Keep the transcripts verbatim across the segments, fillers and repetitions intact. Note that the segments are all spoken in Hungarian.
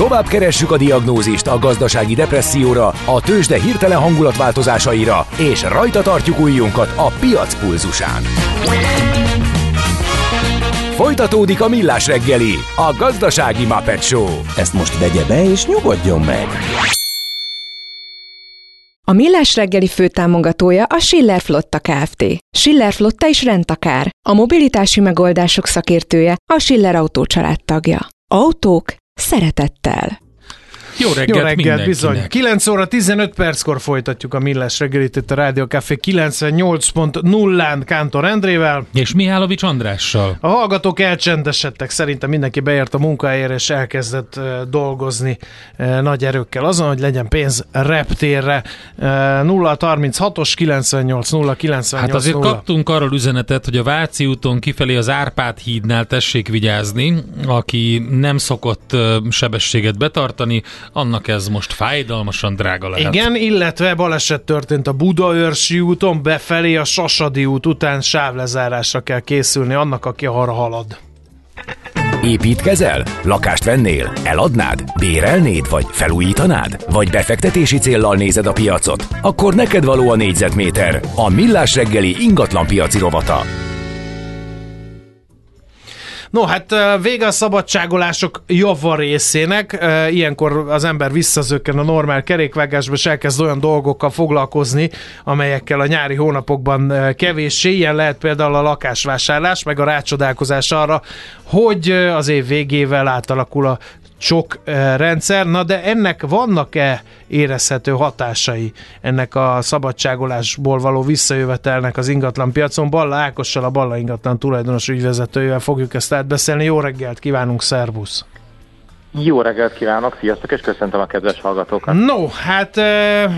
Tovább keressük a diagnózist a gazdasági depresszióra, a tőzsde hirtelen hangulatváltozásaira, és rajta tartjuk ujjunkat a piac pulzusán. Folytatódik a Millás reggeli, a gazdasági Muppet Show. Ezt most vegye be és nyugodjon meg! A Millás reggeli főtámogatója a Schiller Flotta Kft. Schiller Flotta is rendtakár. A mobilitási megoldások szakértője, a Schiller Autó család tagja. Autók szeretettel. Jó reggelt, Jó reggelt mindenkinek. Bizony. kilenc óra tizenöt perckor folytatjuk a Millás reggelit itt a Rádió Café kilencvennyolc pont nullán Kántor Endrével. És Mihálovics Andrással. A hallgatók elcsendesedtek, szerintem mindenki beért a munkahelyére és elkezdett uh, dolgozni uh, nagy erőkkel azon, hogy legyen pénz reptérre. Uh, nulla harminchatos kilencvennyolc nulla kilencvennyolc Hát azért nulla. kaptunk arról üzenetet, hogy a Váci úton kifelé az Árpád hídnál tessék vigyázni, aki nem szokott uh, sebességet betartani, annak ez most fájdalmasan drága lehet. Igen, illetve baleset történt a Budaörsi úton, befelé a Sasadi út után sávlezárásra kell készülni annak, aki arra halad. Építkezel? Lakást vennél? Eladnád? Bérelnéd? Vagy felújítanád? Vagy befektetési céllal nézed a piacot? Akkor neked való a négyzetméter, a Millás reggeli ingatlanpiaci rovata. No, hát vége a szabadságolások java részének, ilyenkor az ember visszazökken a normál kerékvágásba, és elkezd olyan dolgokkal foglalkozni, amelyekkel a nyári hónapokban kevéssé. Ilyen lehet például a lakásvásárlás, meg a rácsodálkozás arra, hogy az év végével átalakul a csok rendszer. Na de ennek vannak-e érezhető hatásai, ennek a szabadságolásból való visszajövetelnek az ingatlanpiacon? Balla Ákossal, a Balla ingatlan tulajdonos ügyvezetőjével fogjuk ezt átbeszélni. Jó reggelt kívánunk, szervusz! Jó reggelt kívánok, sziasztok, és köszöntöm a kedves hallgatókat. No, hát euh,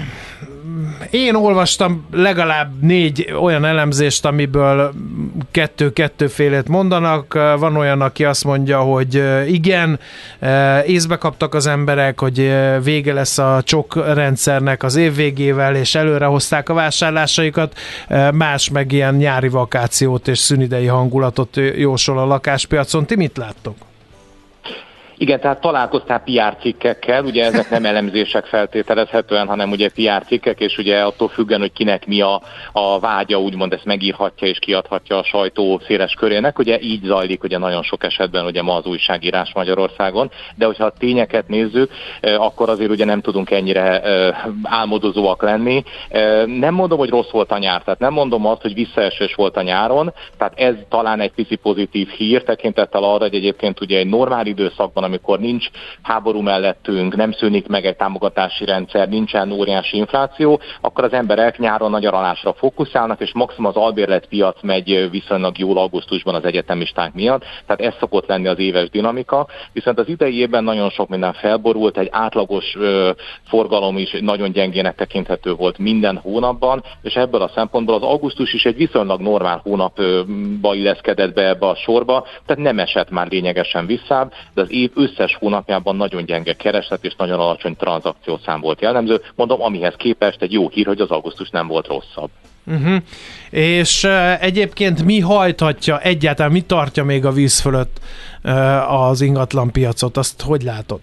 én olvastam legalább négy olyan elemzést, amiből kettő-kettőfélét mondanak. Van olyan, aki azt mondja, hogy igen, észbe kaptak az emberek, hogy vége lesz a csok rendszernek az év végével, és előre hozták a vásárlásaikat. Más meg ilyen nyári vakációt és szünidei hangulatot jósol a lakáspiacon. Ti mit láttok? Igen, tehát találkoztál pé er cikkekkel, ugye ezek nem elemzések feltételezhetően, hanem ugye pé er cikkek, és ugye attól függően, hogy kinek mi a, a vágya, úgymond ezt megírhatja és kiadhatja a sajtó széles körének, ugye így zajlik ugye nagyon sok esetben ugye ma az újságírás Magyarországon, de hogyha a tényeket nézzük, akkor azért ugye nem tudunk ennyire álmodozóak lenni. Nem mondom, hogy rossz volt a nyár, tehát nem mondom azt, hogy visszaesés volt a nyáron, tehát ez talán egy pici pozitív hír tekintettel arra, hogy egyébként ugye egy normál időszakban, amikor nincs háború mellettünk, nem szűnik meg egy támogatási rendszer, nincsen óriási infláció, akkor az emberek nyáron nagy nyaralásra fókuszálnak, és maximum az albérletpiac megy viszonylag jól augusztusban az egyetemisták miatt, tehát ez szokott lenni az éves dinamika, viszont az idei évben nagyon sok minden felborult, egy átlagos ö, forgalom is nagyon gyengének tekinthető volt minden hónapban, és ebből a szempontból az augusztus is egy viszonylag normál hónapba illeszkedett be ebbe a sorba, tehát nem esett már lényegesen visszább, de az év összes hónapjában nagyon gyenge kereslet és nagyon alacsony tranzakciószám volt jellemző. Mondom, amihez képest egy jó hír, hogy az augusztus nem volt rosszabb. Uh-huh. És uh, egyébként mi hajthatja, egyáltalán mi tartja még a víz fölött uh, az ingatlanpiacot? Azt hogy látod?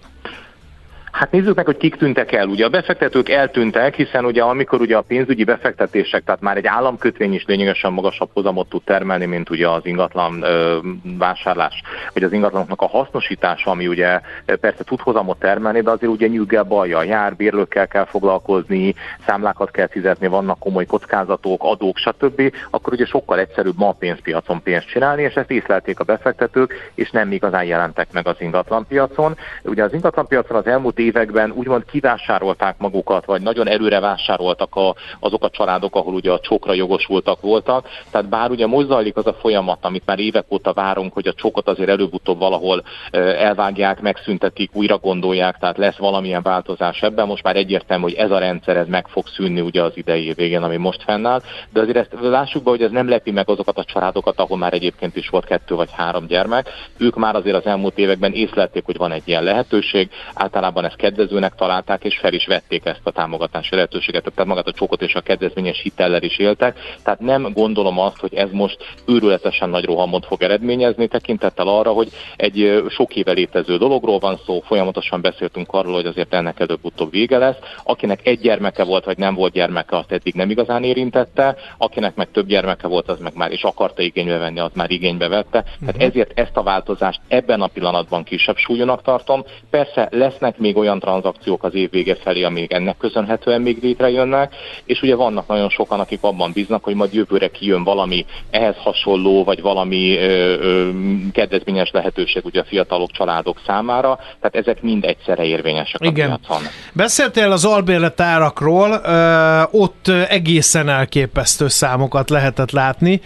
Hát nézzük meg, hogy kik tűntek el. Ugye a befektetők eltűntek, hiszen ugye amikor ugye a pénzügyi befektetések, tehát már egy államkötvény is lényegesen magasabb hozamot tud termelni, mint ugye az ingatlan ö, vásárlás, vagy az ingatlanoknak a hasznosítása, ami ugye persze tud hozamot termelni, de azért ugye nyüggel bajjal jár, bérlőkkel kell foglalkozni, számlákat kell fizetni, vannak komoly kockázatok, adók, stb. Akkor ugye sokkal egyszerűbb ma a pénzpiacon pénzt csinálni, és ezt észlelték a befektetők, és nem igazán jelentek meg az ingatlanpiacon. Ugye az ingatlanpiacon az elmúlt években úgymond kivásárolták magukat, vagy nagyon előre vásároltak a, azok a családok, ahol ugye a csokra jogosultak voltak. Tehát bár ugye most zajlik az a folyamat, amit már évek óta várunk, hogy a csokot azért előbb-utóbb valahol elvágják, megszüntetik, újra gondolják, tehát lesz valamilyen változás ebben. Most már egyértelmű, hogy ez a rendszer ez meg fog szűnni ugye az idei év végén, ami most fennáll. De azért ezt lássuk be, hogy ez nem lepi meg azokat a családokat, ahol már egyébként is volt kettő vagy három gyermek. Ők már azért az elmúlt években észlelték, hogy van egy ilyen lehetőség. Általában ezt kedvezőnek találták, és fel is vették ezt a támogatási lehetőséget, tehát magát a csokot és a kedvezményes hitellel is éltek. Tehát nem gondolom azt, hogy ez most őrületesen nagy rohamot fog eredményezni, tekintettel arra, hogy egy sok éve létező dologról van szó, folyamatosan beszéltünk arról, hogy azért ennek előbb-utóbb vége lesz. Akinek egy gyermeke volt, vagy nem volt gyermeke, azt eddig nem igazán érintette, akinek meg több gyermeke volt, az meg már is akarta igénybe venni, az már igénybe vette. Tehát uh-huh. ezért ezt a változást ebben a pillanatban kisebb súlyúnak tartom. Persze lesznek még olyan tranzakciók az év vége felé, amik ennek köszönhetően még létrejönnek, és ugye vannak nagyon sokan, akik abban bíznak, hogy majd jövőre kijön valami ehhez hasonló, vagy valami ö, ö, kedvezményes lehetőség ugye a fiatalok, családok számára, tehát ezek mind egyszerre érvényesek. Igen. A piacon. Beszéltél az albérlet árakról, ö, ott egészen elképesztő számokat lehetett látni,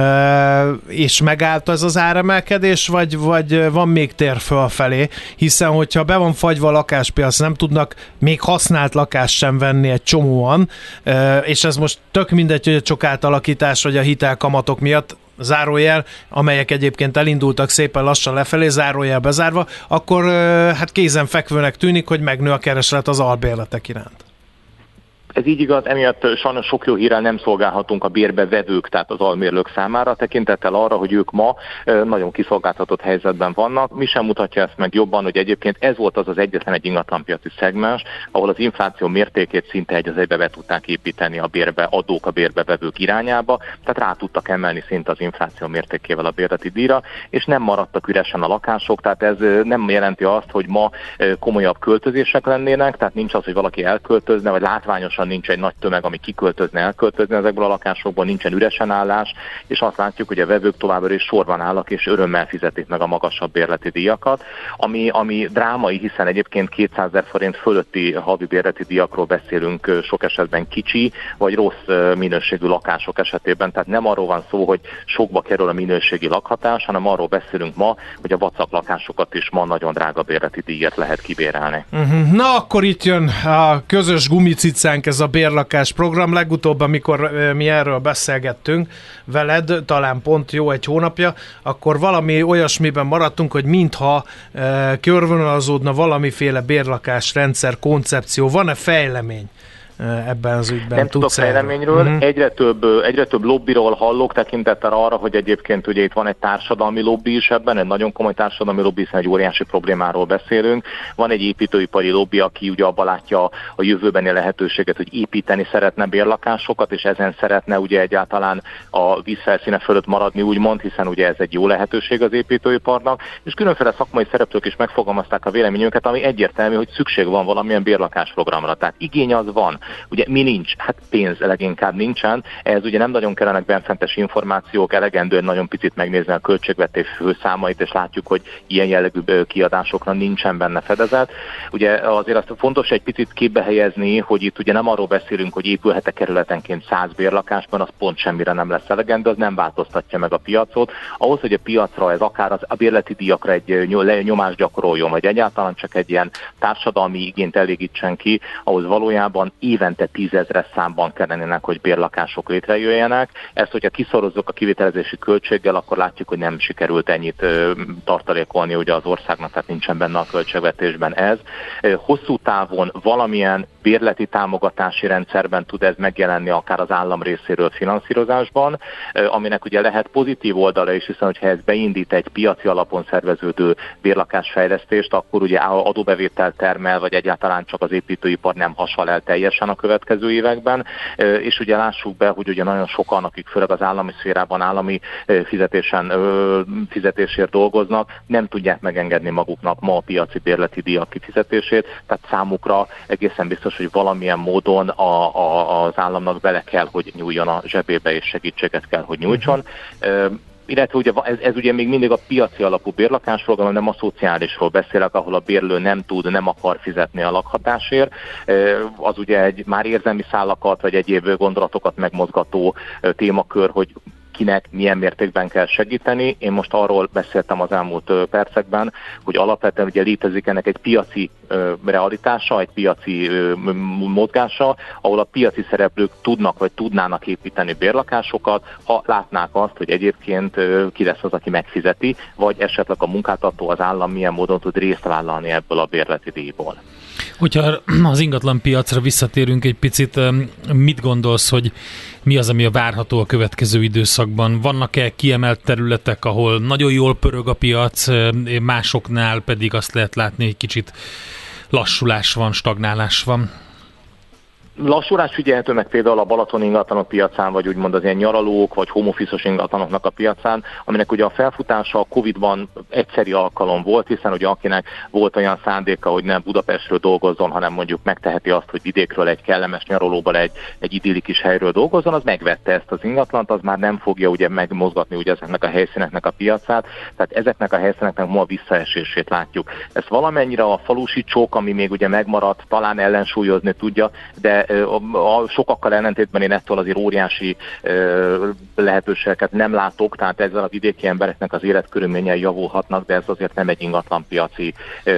ö, és megállt ez az áremelkedés, vagy, vagy van még tér fölfelé, hiszen hogyha be van fagyva a lakáspiac, nem tudnak még használt lakást sem venni egy csomóan, ö, és ez most tök mindegy, hogy a csok átalakítás, vagy a hitelkamatok miatt, zárójel, amelyek egyébként elindultak szépen lassan lefelé, zárójel bezárva, akkor hát kézenfekvőnek tűnik, hogy megnő a kereslet az albérletek iránt. Ez így igaz, emiatt sajnos sok jó hírrel nem szolgálhatunk a bérbe vevők, tehát az almérlők számára, tekintettel arra, hogy ők ma nagyon kiszolgáltatott helyzetben vannak. Mi sem mutatja ezt meg jobban, hogy egyébként ez volt az az egyetlen egy ingatlanpiaci szegmens, ahol az infláció mértékét szinte egy az egybe be tudták építeni a bérbe adók, a bérbe vevők irányába, tehát rá tudtak emelni szinte az infláció mértékével a bérleti díjra, és nem maradtak üresen a lakások, tehát ez nem jelenti azt, hogy ma komolyabb költözések lennének, tehát nincs az, hogy valaki elköltözne, vagy látványosan nincs egy nagy tömeg, ami kiköltözne, elköltözne ezekből a lakásokból, nincsen üresen állás, és azt látjuk, hogy a vevők továbbra is sorban állnak, és örömmel fizetik meg a magasabb bérleti díjakat, ami, ami drámai, hiszen egyébként kétszázezer forint fölötti havi bérleti díjakról beszélünk sok esetben kicsi, vagy rossz minőségű lakások esetében, tehát nem arról van szó, hogy sokba kerül a minőségi lakhatás, hanem arról beszélünk ma, hogy a vacak lakásokat is ma nagyon drága bérleti díjat lehet kibérelni. Uh-huh. Na, akkor itt jön a közös gumicicánk, ez a bérlakás program. Legutóbb, amikor mi erről beszélgettünk veled, talán pont jó egy hónapja, akkor valami olyasmiben maradtunk, hogy mintha e, körvonalazódna valamiféle bérlakásrendszer koncepció. Van-e fejlemény ebben az ügyben? Nem tudok fejleményről, uh-huh. egyre, több, egyre több lobbiról hallok, tekintettel arra, hogy egyébként ugye itt van egy társadalmi lobby is ebben, egy nagyon komoly társadalmi lobby, hiszen egy óriási problémáról beszélünk. Van egy építőipari lobby, aki ugye abban látja a jövőbeni lehetőséget, hogy építeni szeretne bérlakásokat, és ezen szeretne ugye egyáltalán a vízfelszíne fölött maradni, úgymond, hiszen ugye ez egy jó lehetőség az építőiparnak, és különféle szakmai szereplők is megfogalmazták a véleményünket, ami egyértelmű, hogy szükség van valamilyen bérlakásprogramra. Tehát igény az van. Ugye mi nincs? Hát pénz leginkább nincsen. Ez ugye nem nagyon kellenek benfentes információk, elegendően nagyon picit megnézni a költségvetés főszámait, és látjuk, hogy ilyen jellegű kiadásokra nincsen benne fedezet. Ugye azért azt fontos egy picit képbe helyezni, hogy itt ugye nem arról beszélünk, hogy épülhet-e kerületenként száz bérlakásban, az pont semmire nem lesz elegendő, az nem változtatja meg a piacot. Ahhoz, hogy a piacra ez akár az, a bérleti díjakra egy nyomást gyakoroljon, vagy egyáltalán csak egy ilyen társadalmi igényt elégítsen ki, ahhoz valójában évente tízezres számban kellenének, hogy bérlakások létrejöjjenek. Ezt, hogyha kiszorozzuk a kivitelezési költséggel, akkor látjuk, hogy nem sikerült ennyit ö, tartalékolni ugye az országnak, tehát nincsen benne a költségvetésben ez. Hosszú távon valamilyen bérleti támogatási rendszerben tud ez megjelenni akár az állam részéről finanszírozásban, aminek ugye lehet pozitív oldala is, hiszen hogyha ez beindít egy piaci alapon szerveződő bérlakásfejlesztést, akkor ugye adóbevételt termel, vagy egyáltalán csak az építőipar nem hasal el teljesen a következő években, és ugye lássuk be, hogy ugye nagyon sokan, akik főleg az állami szférában állami fizetésen, fizetésért dolgoznak, nem tudják megengedni maguknak ma a piaci bérleti díjak kifizetését, tehát számukra egészen biztos, hogy valamilyen módon a, a, az államnak bele kell, hogy nyúljon a zsebébe, és segítséget kell, hogy nyújtson. Uh-huh. Illetve ugye ez, ez ugye még mindig a piaci alapú bérlakásról, nem a szociálisról beszélek, ahol a bérlő nem tud, nem akar fizetni a lakhatásért. Az ugye egy már érzelmi szálakat, vagy egyéb gondolatokat megmozgató témakör, hogy kinek milyen mértékben kell segíteni. Én most arról beszéltem az elmúlt percekben, hogy alapvetően ugye létezik ennek egy piaci realitása, egy piaci mozgása, ahol a piaci szereplők tudnak vagy tudnának építeni bérlakásokat, ha látnák azt, hogy egyébként ki lesz az, aki megfizeti, vagy esetleg a munkáltató, az állam milyen módon tud részt vállalni ebből a bérleti díjból. Hogyha az ingatlan piacra visszatérünk egy picit, mit gondolsz, hogy mi az, ami a várható a következő időszakban? Vannak-e kiemelt területek, ahol nagyon jól pörög a piac, másoknál pedig azt lehet látni, hogy kicsit lassulás van, stagnálás van? Lassulás figyelhető meg például a Balaton ingatlanok piacán, vagy úgymond az ilyen nyaralók, vagy home office-os ingatlanoknak a piacán, aminek ugye a felfutása a Covid-ban egyszeri alkalom volt, hiszen ugye akinek volt olyan szándéka, hogy nem Budapestről dolgozzon, hanem mondjuk megteheti azt, hogy vidékről egy kellemes nyaralóban egy, egy idillikus helyről dolgozzon, az megvette ezt az ingatlant, az már nem fogja ugye megmozgatni ugye ezeknek a helyszíneknek a piacát, tehát ezeknek a helyszíneknek ma a visszaesését látjuk. Ezt valamennyire a falusi csók, ami még ugye megmaradt, talán ellensúlyozni tudja, de a sokakkal ellentétben én ettől azért óriási lehetőségeket nem látok, tehát ezzel a vidéki embereknek az életkörülményei javulhatnak, de ez azért nem egy ingatlanpiaci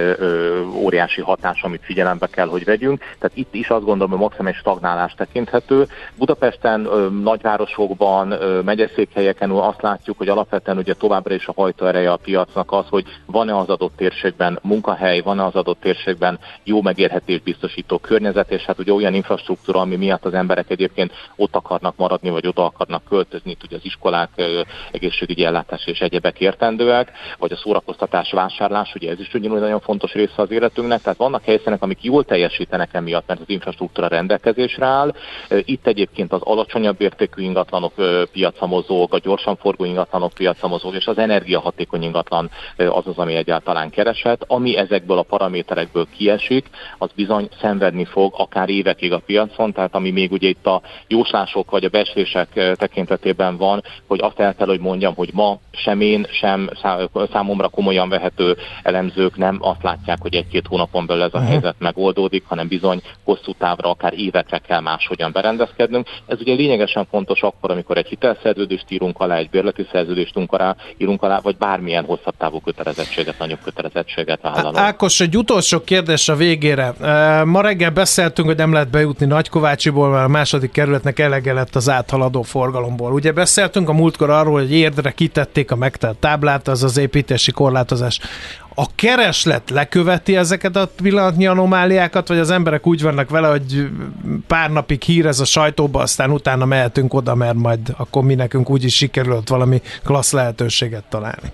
óriási hatás, amit figyelembe kell, hogy vegyünk. Tehát itt is azt gondolom, hogy maximum egy stagnálás tekinthető. Budapesten, nagyvárosokban, megyeszékhelyeken azt látjuk, hogy alapvetően ugye továbbra is a hajtóereje a piacnak az, hogy van-e az adott térségben munkahely, van-e az adott térségben jó megélhetés biztosító környezet, és hát ugye olyan infrastruktúra, ami miatt az emberek egyébként ott akarnak maradni, vagy oda akarnak költözni, ugye az iskolák, egészségügyi ellátás és egyebek értendőek, vagy a szórakoztatás, vásárlás, ugye ez is ugyanúgy nagyon fontos része az életünknek, tehát vannak helyszínek, amik jól teljesítenek emiatt, mert az infrastruktúra rendelkezésre áll. Itt egyébként az alacsonyabb értékű ingatlanok piaca mozog, a gyorsan forgó ingatlanok piaca mozog, és az energiahatékony ingatlan az az, ami egyáltalán keresett. Ami ezekből a paraméterekből kiesik, az bizony szenvedni fog akár évekig a piacon, tehát ami még ugye itt a jóslások vagy a becslések tekintetében van, hogy azt el kell, hogy mondjam, hogy ma sem én, sem számomra komolyan vehető elemzők nem azt látják, hogy egy-két hónapon belül ez a helyzet megoldódik, hanem bizony hosszú távra, akár évekre kell máshogyan berendezkednünk. Ez ugye lényegesen fontos akkor, amikor egy hitelszerződést írunk alá, egy bérleti szerződést írunk alá, vagy bármilyen hosszabb távú kötelezettséget, nagyobb kötelezettséget vállalunk. Ákos, egy utolsó kérdés a végére. Ma reggel beszéltünk, hogy nem lehet bejutni Nagykovácsiból, mert a második kerületnek elege lett az áthaladó forgalomból. Ugye beszéltünk a múltkor arról, hogy Érdre kitették a megtelt táblát, az az építési korlátozás. A kereslet leköveti ezeket a pillanatnyi anomáliákat, vagy az emberek úgy vannak vele, hogy pár napig hír ez a sajtóba, aztán utána mehetünk oda, mert majd akkor mi nekünk úgyis sikerült valami klassz lehetőséget találni?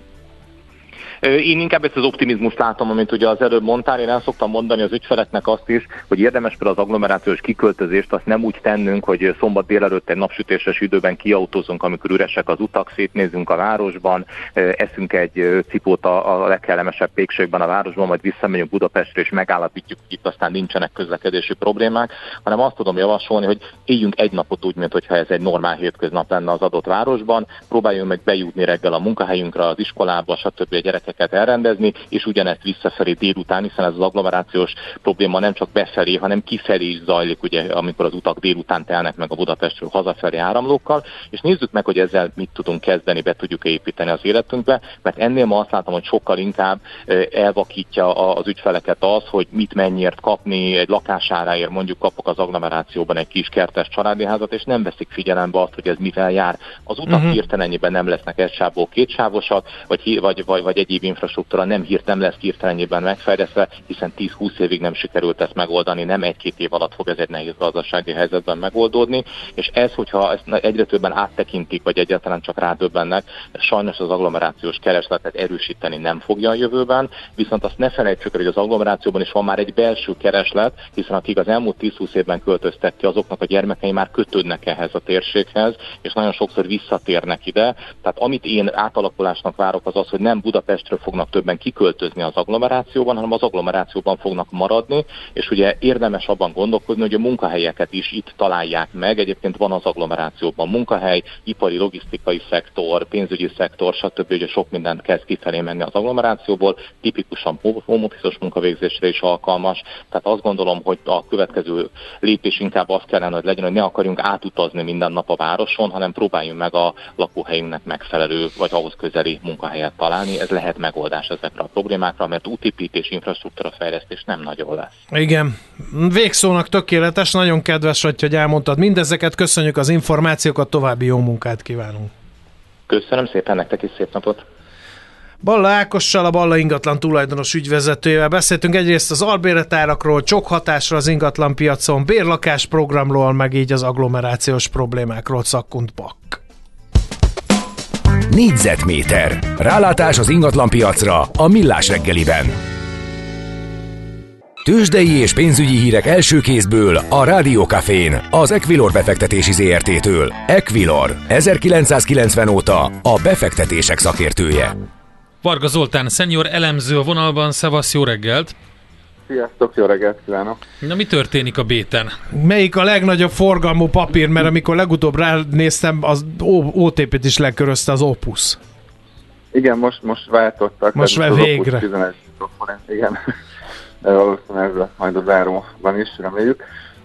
Én inkább ezt az optimizmust látom, amit ugye az előbb mondtál. Én el szoktam mondani az ügyfeleknek azt is, hogy érdemes például az agglomerációs kiköltözést azt nem úgy tennünk, hogy szombat délelőtt egy napsütéses időben kiautózunk, amikor üresek az utak, szétnézünk a városban, eszünk egy cipót a legkellemesebb pékségben a városban, majd visszamegyünk Budapestre és megállapítjuk, hogy itt aztán nincsenek közlekedési problémák, hanem azt tudom javasolni, hogy éljünk egy napot úgy, mintha ez egy normál hétköznap lenne az adott városban, próbáljunk meg bejutni reggel a munkahelyünkre, az iskolába, stb. A gyerekek elrendezni, és ugyanezt visszafelé délután, hiszen ez az agglomerációs probléma nem csak befelé, hanem kifelé is zajlik, ugye, amikor az utak délután telnek meg a Budapestről hazafelé áramlókkal, és nézzük meg, hogy ezzel mit tudunk kezdeni, be tudjuk építeni az életünkbe, mert ennél ma azt látom, hogy sokkal inkább elvakítja az ügyfeleket az, hogy mit mennyiért kapni, egy lakásáráért mondjuk kapok az agglomerációban egy kis kertes családi házat, és nem veszik figyelembe azt, hogy ez mivel jár. Az utak uh-huh. hirtelenjében nem lesznek egysávból kétsávosak, vagy, vagy, vagy, vagy egyéb infrastruktúra nem hírt, nem lesz hirtelenjében megfejlesztve, hiszen tíz-húsz évig nem sikerült ezt megoldani, nem egy-két év alatt fog ez egy nehéz gazdasági helyzetben megoldódni, és ez, hogyha ezt egyre többen áttekintik, vagy egyáltalán csak rádöbbennek, sajnos az agglomerációs keresletet erősíteni nem fogja a jövőben, viszont azt ne felejtsük, hogy az agglomerációban is van már egy belső kereslet, hiszen akik az elmúlt tíz-húsz évben költöztek ki, azoknak a gyermekei már kötődnek ehhez a térséghez, és nagyon sokszor visszatérnek ide. Tehát amit én átalakulásnak várok, az az, hogy nem Budapestről fognak többen kiköltözni az agglomerációban, hanem az agglomerációban fognak maradni, és ugye érdemes abban gondolkodni, hogy a munkahelyeket is itt találják meg. Egyébként van az agglomerációban munkahely, ipari, logisztikai szektor, pénzügyi szektor, stb. Ugye sok mindent kezd kifelé menni az agglomerációból, tipikusan home office-os munkavégzésre is alkalmas. Tehát azt gondolom, hogy a következő lépés inkább az kellene, hogy legyen, hogy ne akarjunk átutazni minden nap a városon, hanem próbáljunk meg a lakóhelyünknek megfelelő, vagy ahhoz közeli munkahelyet találni. Ez lehet megoldás ezekre a problémákra, mert útépítés, infrastruktúra fejlesztés nem nagyon lesz. Igen, végszónak tökéletes, nagyon kedves vagy, hogy elmondtad mindezeket, köszönjük az információkat, további jó munkát kívánunk. Köszönöm szépen, nektek is szép napot! Balla Ákossal, a Balla ingatlan tulajdonos ügyvezetőjével beszéltünk egyrészt az albérletárakról, csokhatásról az ingatlan piacon, bérlakás programról, meg így az agglomerációs problémákról. Szakkunt Pak. Négyzetméter. Rálátás az ingatlan piacra a Millás reggeliben. Tőzsdei és pénzügyi hírek első kézből a Rádió Cafén, az Equilor befektetési zé er té-től. Equilor, ezerkilencszázkilencven óta a befektetések szakértője. Varga Zoltán, senior elemző a vonalban, szevasz, jó reggelt! Sziasztok, jó reggelt kívánok! Na, mi történik a béten? Melyik a legnagyobb forgalmú papír, mert amikor legutóbb ránéztem, az ó té pét is lekörözte az Opus. Igen, most, most váltottak. Most már végre. tizenegy forint, igen. Valószínűleg ez lesz majd a záróban is, reméljük.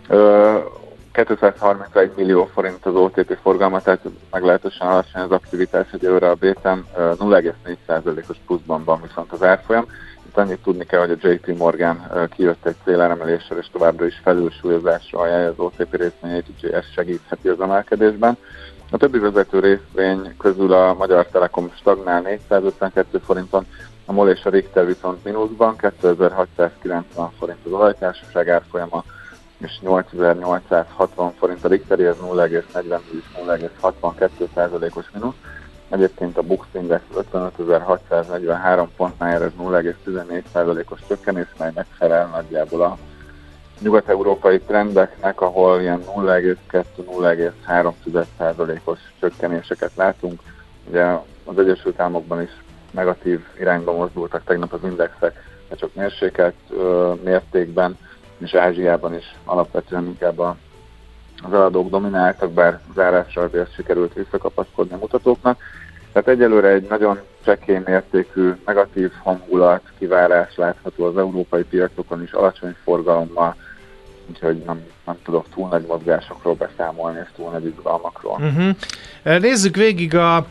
kétszázharmincegy millió forint az o té pé forgalma, tehát meglehetősen alacsony az aktivitás egyelőre a béten, nulla egész négy százalékos pluszban van viszont az árfolyam. Itt annyit tudni kell, hogy a jé pé Morgan kijött egy céláremeléssel, és továbbra is felülsúlyozásra ajánlja az o té pé részvényeit, úgyhogy ez segítheti az emelkedésben. A többi vezető részvény közül a Magyar Telekom stagnál négyszázötvenkettő forinton, a MOL és a Richter viszont mínuszban, kétezer-hatszázkilencven forint az olajtársaság árfolyama, és nyolcezer-nyolcszázhatvan forint a Richteri, ez nulla egész negyven és nulla egész hatvankettő százalékos mínusz. Egyébként a Bux Index ötvenötezer-hatszáznegyvenhárom pontnál jár, ez nulla egész tizennégy százalékos csökkenés, mely megfelel nagyjából a nyugat-európai trendeknek, ahol ilyen nulla egész kettő - nulla egész három százalékos csökkenéseket látunk. Ugye az Egyesült Államokban is negatív irányba mozdultak tegnap az indexek, de csak mérsékelt ö, mértékben, és Ázsiában is alapvetően inkább a, az eladók domináltak, bár zárásra azért sikerült visszakapaszkodni a mutatóknak. Tehát egyelőre egy nagyon csekély mértékű negatív hangulat, kivárás látható az európai piacokon is, alacsony forgalommal, úgyhogy nem, nem tudok túl nagy mozgásokról beszámolni, és túl nagy izgalmakról. Uh-huh. Nézzük végig a,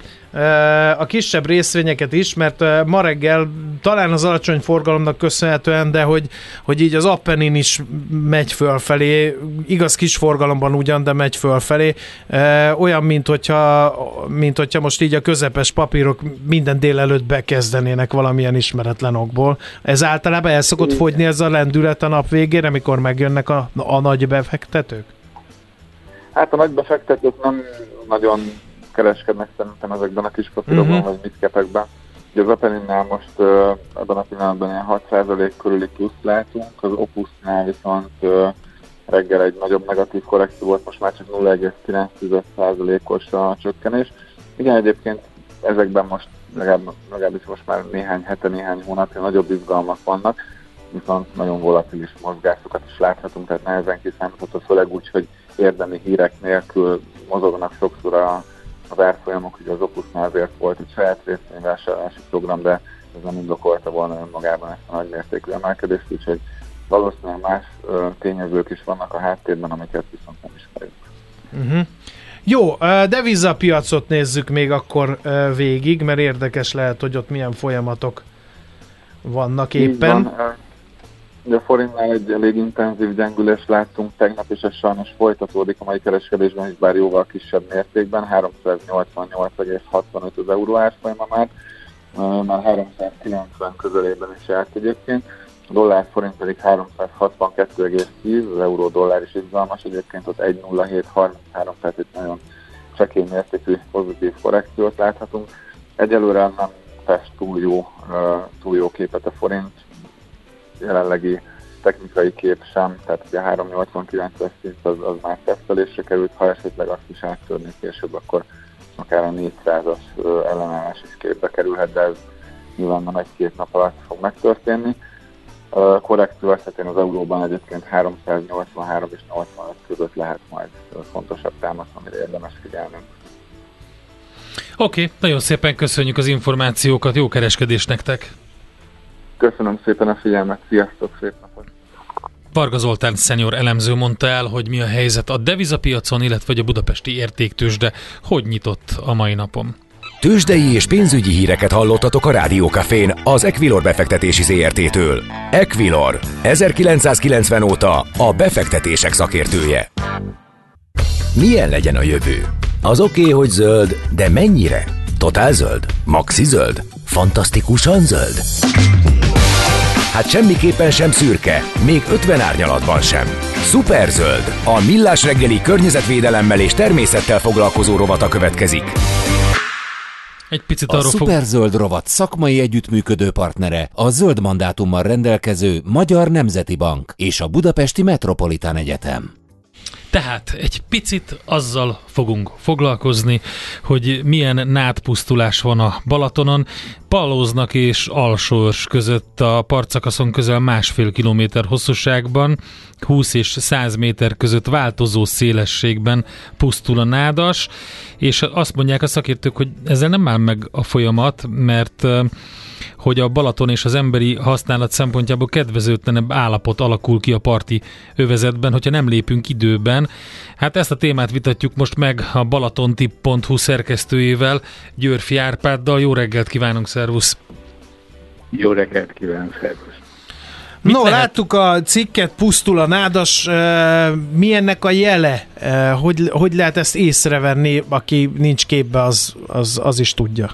a kisebb részvényeket is, mert ma reggel talán az alacsony forgalomnak köszönhetően, de hogy, hogy így az Appenin is megy fölfelé, igaz kis forgalomban ugyan, de megy fölfelé, olyan, mint hogyha, mint hogyha most így a közepes papírok minden délelőtt bekezdenének valamilyen ismeretlen okból. Ez általában el szokott fogyni ez a lendület a nap végére, mikor megjönnek a, a nagy befektetők? Hát a nagy befektetők nem nagyon kereskednek szerintem ezekben a kis papírokban, uh-huh. vagy midcapekben. Ugye az Appeninnál most uh, ebben a pillanatban ilyen hat százalék körüli plusz látunk, az Opusnál viszont uh, reggel egy nagyobb negatív korrekció volt, most már csak nulla egész kilenc százalékos a csökkenés. Igen, egyébként ezekben most legalább, legalábbis most már néhány hete, néhány hónapja nagyobb izgalmak vannak, viszont nagyon volatilis mozgásokat is láthatunk, tehát nehezen kiszámítható, főleg úgy, hogy érdemi hírek nélkül mozognak sokszor a, az árfolyamok. Ugye az Opusnál azért volt egy saját részvényvásárlási program, de ez nem indokolta volna önmagában ezt a nagymértékű emelkedést, úgyhogy valószínűleg más ö, tényezők is vannak a háttérben, amiket viszont nem ismerünk. Uh-huh. Jó, devizapiacot nézzük még akkor végig, mert érdekes lehet, hogy ott milyen folyamatok vannak éppen. Van. Ugye a forintnál egy elég intenzív gyengülést láttunk tegnap, és ez sajnos folytatódik a mai kereskedésben is, bár jóval kisebb mértékben, háromszáznyolcvannyolc egész hatvanöt az euró árfolyama már, már háromszázkilencven közelében is járt egyébként. A dollár forint pedig háromszázhatvankettő egész tíz, az euró dollár is izgalmas, egyébként ott egy nulla hét harminchárom, tehát itt nagyon csekély mértékű pozitív korrekciót láthatunk. Egyelőre nem fest túl jó, túl jó képet a forint, jelenlegi technikai kép sem, tehát ugye háromszáznyolcvankilences szint az, az már tesztelésre került, ha esetleg azt is áttörni később, akkor akár a négyszázas ellenállás is képbe kerülhet, de ez nyilván nem egy-két nap alatt fog megtörténni. Korrekció esetén az euróban egyébként háromszáznyolcvanhárom és nyolcvanöt között lehet majd fontosabb támasz, amire érdemes figyelnünk. Oké, okay, nagyon szépen köszönjük az információkat, jó kereskedést nektek! Köszönöm szépen a figyelmet, sziasztok, szép napot! Varga Zoltán szenior elemző mondta el, hogy mi a helyzet a devizapiacon, illetve a budapesti értéktőzsde hogy nyitott a mai napon. Tőzsdei és pénzügyi híreket hallottatok a Rádiókafén az Equilor befektetési zé er té-től. Equilor, ezerkilencszázkilencven óta a befektetések szakértője. Milyen legyen a jövő? Az oké, okay, hogy zöld, de mennyire? Totál zöld? Maxi zöld? Fantasztikusan zöld? Hát semmiképpen sem szürke, még ötven árnyalatban sem. Szuperzöld, a Millás reggeli környezetvédelemmel és természettel foglalkozó rovata következik. Egy picit a arról Szuperzöld fog... rovat szakmai együttműködő partnere a zöld mandátummal rendelkező Magyar Nemzeti Bank és a Budapesti Metropolitán Egyetem. Tehát egy picit azzal fogunk foglalkozni, hogy milyen nádpusztulás van a Balatonon. Palóznak és Alsóörs között a partszakaszon közel másfél kilométer hosszúságban, húsz és száz méter között változó szélességben pusztul a nádas, és azt mondják a szakértők, hogy ezzel nem áll meg a folyamat, mert hogy a Balaton és az emberi használat szempontjából kedvezőtlenebb állapot alakul ki a parti övezetben, hogyha nem lépünk időben. Hát ezt a témát vitatjuk most meg a balatontip pont hu szerkesztőjével, Győrfi Árpáddal. Jó reggelt kívánunk, szervusz! Jó reggelt kívánok, szervusz! Mit no, lehet? Láttuk a cikket, pusztul a nádas, mi ennek a jele? Hogy, hogy lehet ezt észrevenni, aki nincs képbe, az, az, az is tudja.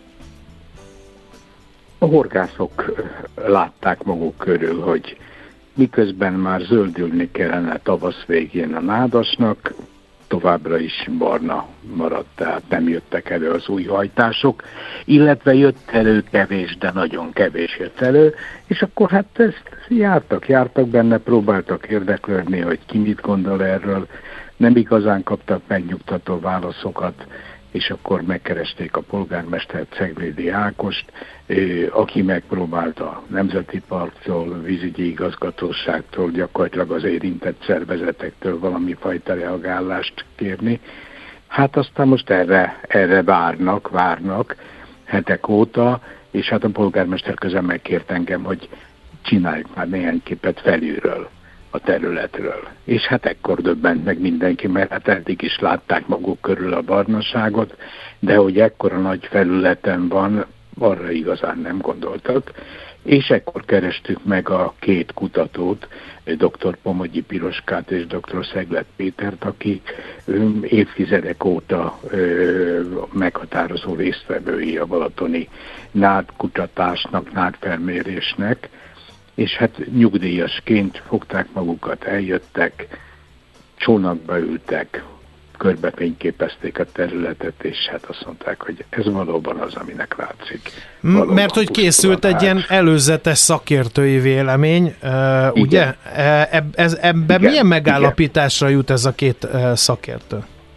A horgászok látták maguk körül, hogy miközben már zöldülni kellene tavasz végén a nádasnak, továbbra is barna maradt, tehát nem jöttek elő az új hajtások, illetve jött elő kevés, de nagyon kevés jött elő, és akkor hát ezt jártak, jártak benne, próbáltak érdeklődni, hogy ki mit gondol erről, nem igazán kaptak megnyugtató válaszokat, és akkor megkeresték a polgármestert, Ceglédi Ákost, aki megpróbálta a Nemzeti Parktól, vízügyi igazgatóságtól, gyakorlatilag az érintett szervezetektől valami fajta reagálást kérni. Hát aztán most erre, erre várnak, várnak hetek óta, és hát a polgármester közben megkért engem, hogy csináljuk már néhány képet felülről, a területről. És hát ekkor döbbent meg mindenki, mert hát eddig is látták maguk körül a barnaságot, de hogy ekkora nagy felületen van, arra igazán nem gondoltak. És ekkor kerestük meg a két kutatót, dr. Pomogyi Piroskát és dr. Szeglet Pétert, akik évtizedek óta meghatározó résztvevői a balatoni nádkutatásnak, nádfelmérésnek, és hát nyugdíjasként fogták magukat, eljöttek, csónakba ültek, körbefényképezték a területet, és hát azt mondták, hogy ez valóban az, aminek látszik. Valóban Mert hogy készült egy ilyen előzetes szakértői vélemény, uh, ugye? Eb, ez, ebben igen, milyen megállapításra igen. jut ez a két uh, szakértő?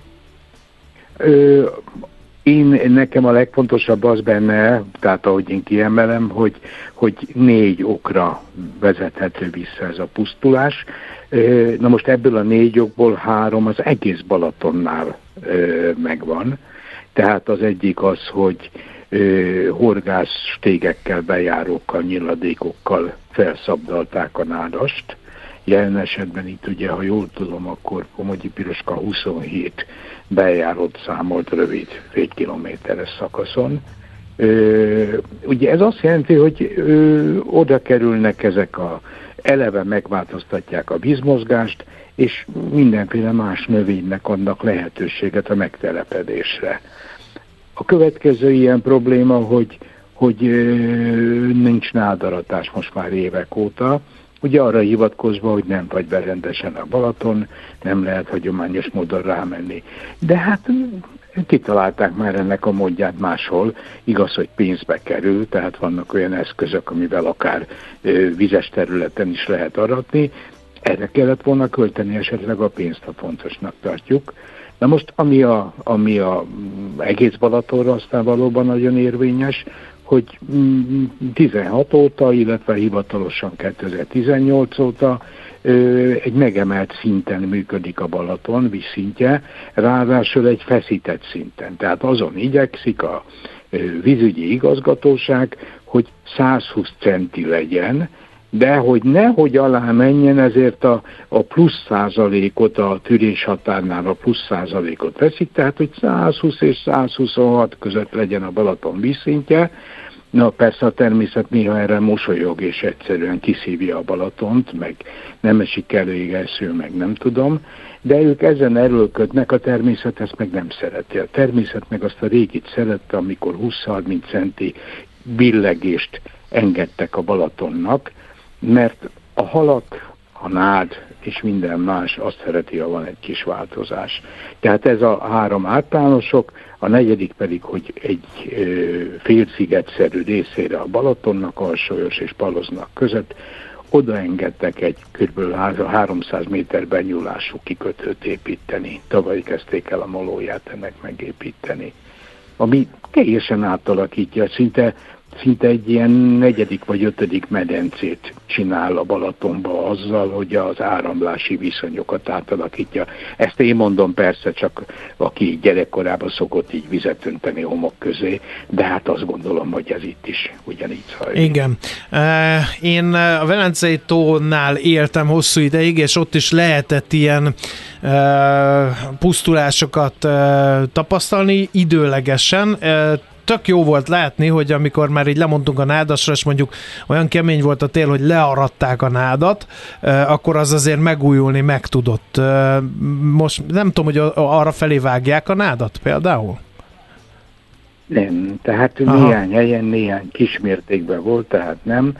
Ö, Én, nekem a legfontosabb az benne, tehát ahogy én kiemelem, hogy, hogy négy okra vezethető vissza ez a pusztulás. Na most ebből a négy okból három az egész Balatonnál megvan. Tehát az egyik az, hogy horgászstégekkel, bejárókkal, nyiladékokkal felszabdalták a nádast. Jelen esetben itt ugye, ha jól tudom, akkor Pomogyi Piroska huszonhét bejárót számolt rövid, fél kilométeres szakaszon. Ö, ugye ez azt jelenti, hogy ö, oda kerülnek ezek a, eleve megváltoztatják a vízmozgást, és mindenféle más növénynek adnak lehetőséget a megtelepedésre. A következő ilyen probléma, hogy, hogy ö, nincs nádaratás most már évek óta, ugye arra hivatkozva, hogy nem vagy be rendesen a Balaton, nem lehet hagyományos módon rámenni. De hát kitalálták már ennek a módját máshol, igaz, hogy pénzbe kerül, tehát vannak olyan eszközök, amivel akár ö, vizes területen is lehet aratni, erre kellett volna költeni esetleg a pénzt, ha fontosnak tartjuk. Na most, ami a, ami a egész Balatonra aztán valóban nagyon érvényes, hogy tizenhat óta, illetve hivatalosan kétezer-tizennyolc óta egy megemelt szinten működik a Balaton, vízszintje, ráadásul egy feszített szinten. Tehát azon igyekszik a vízügyi igazgatóság, hogy százhúsz centi legyen, de hogy nehogy alá menjen, ezért a, a plusz százalékot, a tűrés határnál a plusz százalékot veszik, tehát hogy száz húsz és száz huszonhat között legyen a Balaton vízszintje. Na persze a természet néha erre mosolyog, és egyszerűen kiszívja a Balatont, meg nem esik elő eső, meg nem tudom, de ők ezen erőlködnek, a természet ezt meg nem szereti. A természet meg azt a régit szerette, amikor húsz-harminc centi billegést engedtek a Balatonnak, mert a halak, a nád és minden más azt szereti, ha van egy kis változás. Tehát ez a három általánosok, a negyedik pedig, hogy egy ö, félszigetszerű részére a Balatonnak, Alsólyos és Paloznak között odaengedtek egy kb. háromszáz méter benyúlású kikötőt építeni. Tavaly kezdték el a Molóját ennek megépíteni. Ami teljesen átalakítja, szinte szinte egy ilyen negyedik vagy ötödik medencét csinál a Balatonba azzal, hogy az áramlási viszonyokat átalakítja. Ezt én mondom persze, csak aki gyerekkorában szokott így vizet önteni homok közé, de hát azt gondolom, hogy ez itt is ugyanígy zajlik. Igen. Én a Velencei tónál éltem hosszú ideig, és ott is lehetett ilyen pusztulásokat tapasztalni időlegesen. Tök jó volt látni, hogy amikor már így lemondtunk a nádasra, és mondjuk olyan kemény volt a tél, hogy learadták a nádat, akkor az azért megújulni meg tudott. Most nem tudom, hogy arra felé vágják a nádat például? Nem, tehát Aha. néhány helyen, néhány kismértékben volt, tehát nem.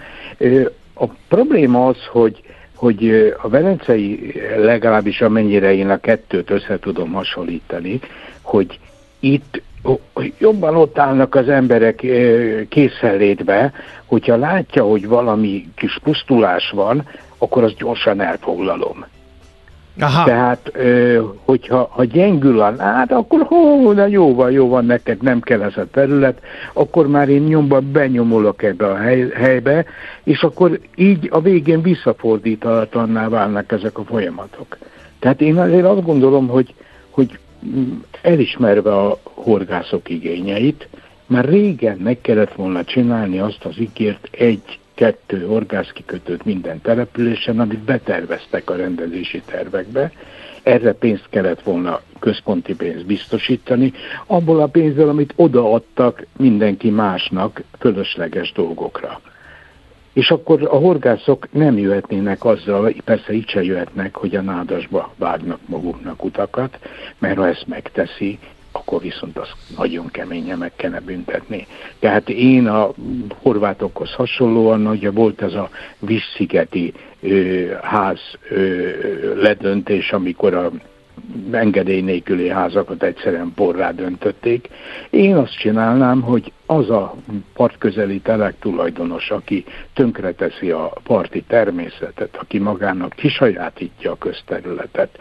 A probléma az, hogy hogy a velencei, legalábbis amennyire én a kettőt össze tudom hasonlítani, hogy itt jobban ott állnak az emberek készenlétbe, hogyha látja, hogy valami kis pusztulás van, akkor azt gyorsan elfoglalom. Aha. Tehát, hogyha ha gyengül a nád, akkor hó, na jó van, jó van, neked nem kell ez a terület, akkor már én nyomban benyomulok ebbe a hely, helybe, és akkor így a végén visszafordíthatatlanná válnak ezek a folyamatok. Tehát én azért azt gondolom, hogy, hogy elismerve a horgászok igényeit, már régen meg kellett volna csinálni azt az ígért egy-kettő horgászkikötőt minden településen, amit beterveztek a rendezési tervekbe. Erre pénzt kellett volna, központi pénzt biztosítani, abból a pénzből, amit odaadtak mindenki másnak fölösleges dolgokra. És akkor a horgászok nem jöhetnének azzal, persze így se jöhetnek, hogy a nádasba vágnak maguknak utakat, mert ha ezt megteszi, akkor viszont azt nagyon keményen meg kellene büntetni. Tehát én a horvátokhoz hasonlóan, ugye volt ez a vízszigeti ö, ház ö, ledöntés, amikor a engedély nélküli házakat egyszerűen porrá döntötték. Én azt csinálnám, hogy az a partközeli telek tulajdonos, aki tönkreteszi a parti természetet, aki magának kisajátítja a közterületet,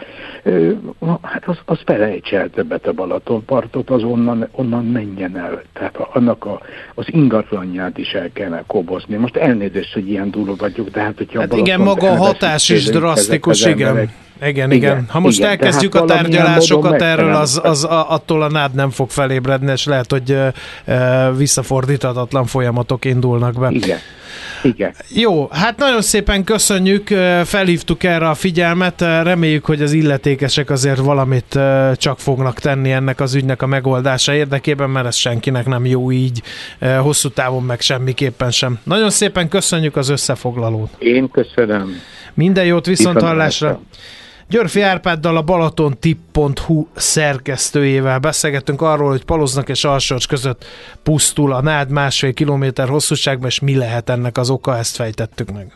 hát az, az felejts el többet a Balatonpartot, az onnan, onnan menjen el. Tehát annak a, az ingatlanját is el kellene kobozni. Most elnézést, hogy ilyen durva vagyok, de hát hogyha hát igen, maga a hatás is drasztikus, igen. Igen, igen, igen. Ha most igen, elkezdjük a tárgyalásokat erről, az, az a, attól a nád nem fog felébredni, és lehet, hogy e, visszafordíthatatlan folyamatok indulnak be. Igen. Igen. Jó, hát nagyon szépen köszönjük, felhívtuk erre a figyelmet, reméljük, hogy az illetékesek azért valamit csak fognak tenni ennek az ügynek a megoldása érdekében, mert ez senkinek nem jó így, hosszú távon meg semmiképpen sem. Nagyon szépen köszönjük az összefoglalót. Én köszönöm. Minden jót, viszont hallásra. Györfi Árpáddal, a balatontip pont hu szerkesztőjével beszélgettünk arról, hogy Paloznak és Alsors között pusztul a nád másfél kilométer hosszúságban, és mi lehet ennek az oka, ezt fejtettük meg.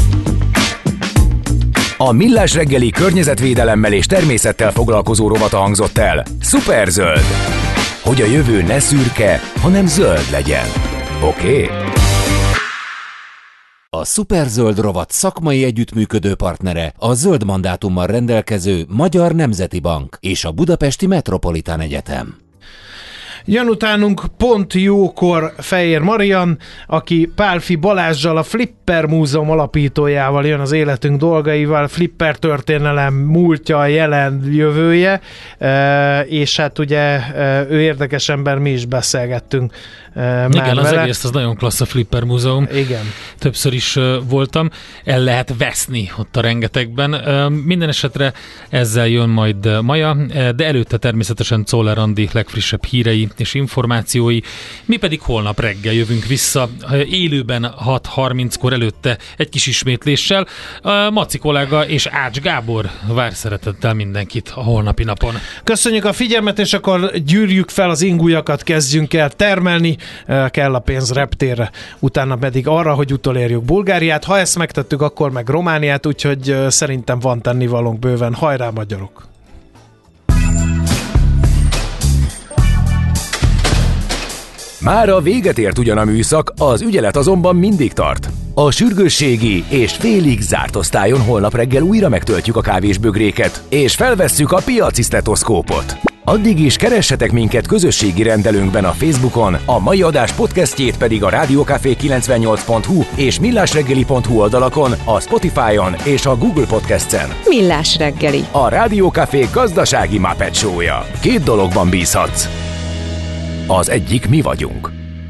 A Millás reggeli környezetvédelemmel és természettel foglalkozó rovata hangzott el. Szuperzöld! Hogy a jövő ne szürke, hanem zöld legyen. Oké? Okay? A Szuperzöld rovat szakmai együttműködő partnere a zöld mandátummal rendelkező Magyar Nemzeti Bank és a Budapesti Metropolitán Egyetem. Jön utánunk pont jókor Fejér Marian, aki Pálfi Balázsjal, a Flipper Múzeum alapítójával jön az életünk dolgaival, Flipper történelem múltja, jelen, jövője, és hát ugye ő érdekes ember, mi is beszélgettünk már Igen, vele. Az egész az nagyon klassz a Flipper Múzeum. Igen. Többször is voltam. El lehet veszni ott a rengetegben. Minden esetre ezzel jön majd Maja, de előtte természetesen Czoller Andi legfrissebb hírei és információi. Mi pedig holnap reggel jövünk vissza, élőben hat harminckor, előtte egy kis ismétléssel. Maci kollega és Ács Gábor vár szeretettel mindenkit a holnapi napon. Köszönjük a figyelmet, és akkor gyűrjük fel az ingújakat, kezdjünk el termelni, kell a pénz reptérre, utána pedig arra, hogy utolérjük Bulgáriát. Ha ezt megtettük, akkor meg Romániát, úgyhogy szerintem van tennivalónk bőven. Hajrá, magyarok! Mára véget ért ugyan a műszak, az ügyelet azonban mindig tart. A sürgősségi és félig zárt osztályon holnap reggel újra megtöltjük a kávésbögréket, és felvesszük a piaci sztetoszkópot. Addig is keressetek minket közösségi rendelőnkben a Facebookon, a mai adás podcastjét pedig a rádiókafé kilencvennyolc pont hu és millásreggeli pont hu oldalakon, a Spotify-on és a Google Podcast-en. Millás reggeli. A Rádiókafé gazdasági Muppet show-ja. Két dologban bízhatsz. Az egyik mi vagyunk.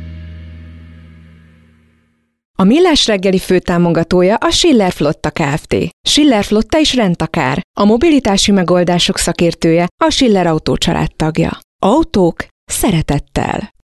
A Millás reggeli főtámogatója a Schiller Flotta Kft. Schiller Flotta is rendtakár. A mobilitási megoldások szakértője, a Schiller Autó család tagja. Autók szeretettel.